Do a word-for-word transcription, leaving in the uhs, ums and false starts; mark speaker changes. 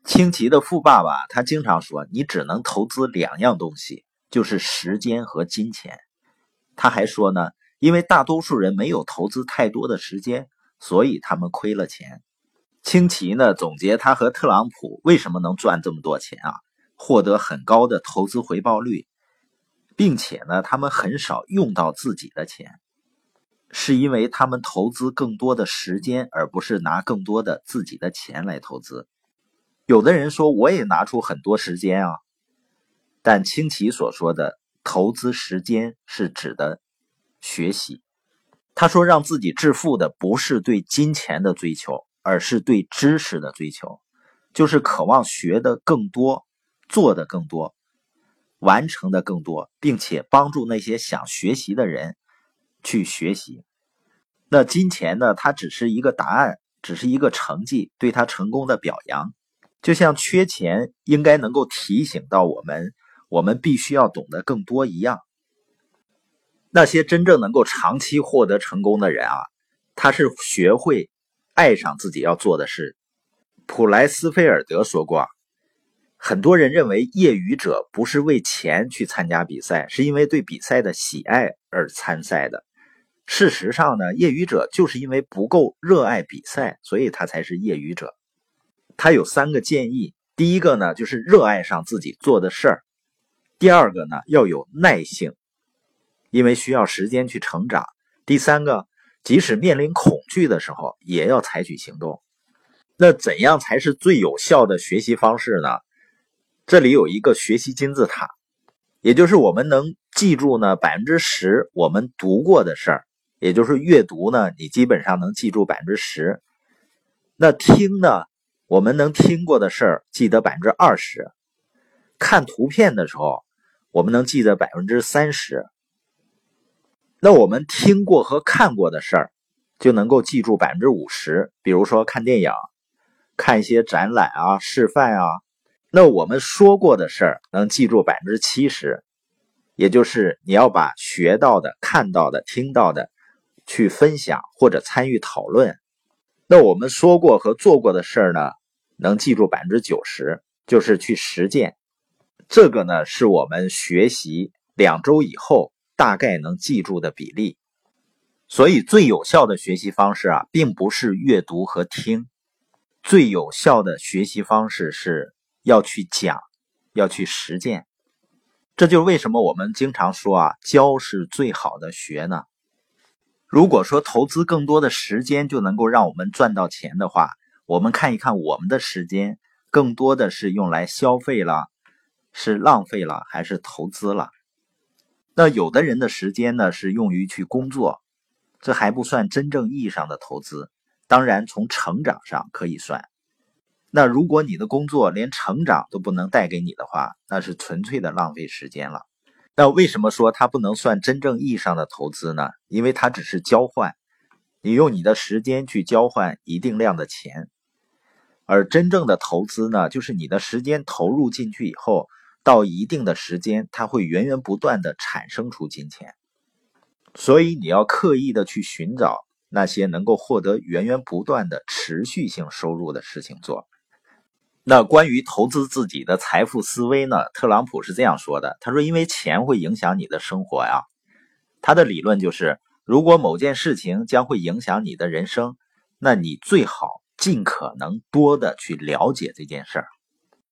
Speaker 1: 清奇的富爸爸他经常说，你只能投资两样东西，就是时间和金钱。他还说呢，因为大多数人没有投资太多的时间，所以他们亏了钱。清奇呢总结他和特朗普为什么能赚这么多钱啊，获得很高的投资回报率，并且呢他们很少用到自己的钱，是因为他们投资更多的时间，而不是拿更多的自己的钱来投资。有的人说我也拿出很多时间啊，但清奇所说的投资时间是指的学习。他说让自己致富的不是对金钱的追求，而是对知识的追求，就是渴望学的更多，做的更多，完成的更多，并且帮助那些想学习的人去学习。那金钱呢，它只是一个答案，只是一个成绩，对他成功的表扬。就像缺钱应该能够提醒到我们，我们必须要懂得更多一样。那些真正能够长期获得成功的人啊，他是学会爱上自己要做的事。普莱斯菲尔德说过，很多人认为业余者不是为钱去参加比赛，是因为对比赛的喜爱而参赛的。事实上呢，业余者就是因为不够热爱比赛，所以他才是业余者。他有三个建议，第一个呢，就是热爱上自己做的事儿；第二个呢，要有耐性，因为需要时间去成长；第三个，即使面临恐惧的时候，也要采取行动。那怎样才是最有效的学习方式呢？这里有一个学习金字塔，也就是我们能记住呢 百分之十 我们读过的事儿，也就是阅读呢，你基本上能记住 百分之十。那听呢，我们能听过的事儿记得 百分之二十， 看图片的时候我们能记得 百分之三十。 那我们听过和看过的事儿就能够记住 百分之五十， 比如说看电影，看一些展览啊、示范啊。那我们说过的事儿能记住 百分之七十， 也就是你要把学到的、看到的、听到的去分享或者参与讨论。那我们说过和做过的事儿呢，能记住 百分之九十， 就是去实践。这个呢是我们学习两周以后大概能记住的比例。所以最有效的学习方式啊，并不是阅读和听，最有效的学习方式是要去讲，要去实践。这就是为什么我们经常说啊，教是最好的学呢。如果说投资更多的时间就能够让我们赚到钱的话，我们看一看我们的时间更多的是用来消费了，是浪费了，还是投资了。那有的人的时间呢是用于去工作，这还不算真正意义上的投资，当然从成长上可以算。那如果你的工作连成长都不能带给你的话，那是纯粹的浪费时间了。那为什么说它不能算真正意义上的投资呢？因为它只是交换，你用你的时间去交换一定量的钱。而真正的投资呢，就是你的时间投入进去以后，到一定的时间，它会源源不断的产生出金钱。所以你要刻意的去寻找那些能够获得源源不断的持续性收入的事情做。那关于投资自己的财富思维呢，特朗普是这样说的，他说因为钱会影响你的生活呀。他的理论就是，如果某件事情将会影响你的人生，那你最好尽可能多的去了解这件事儿。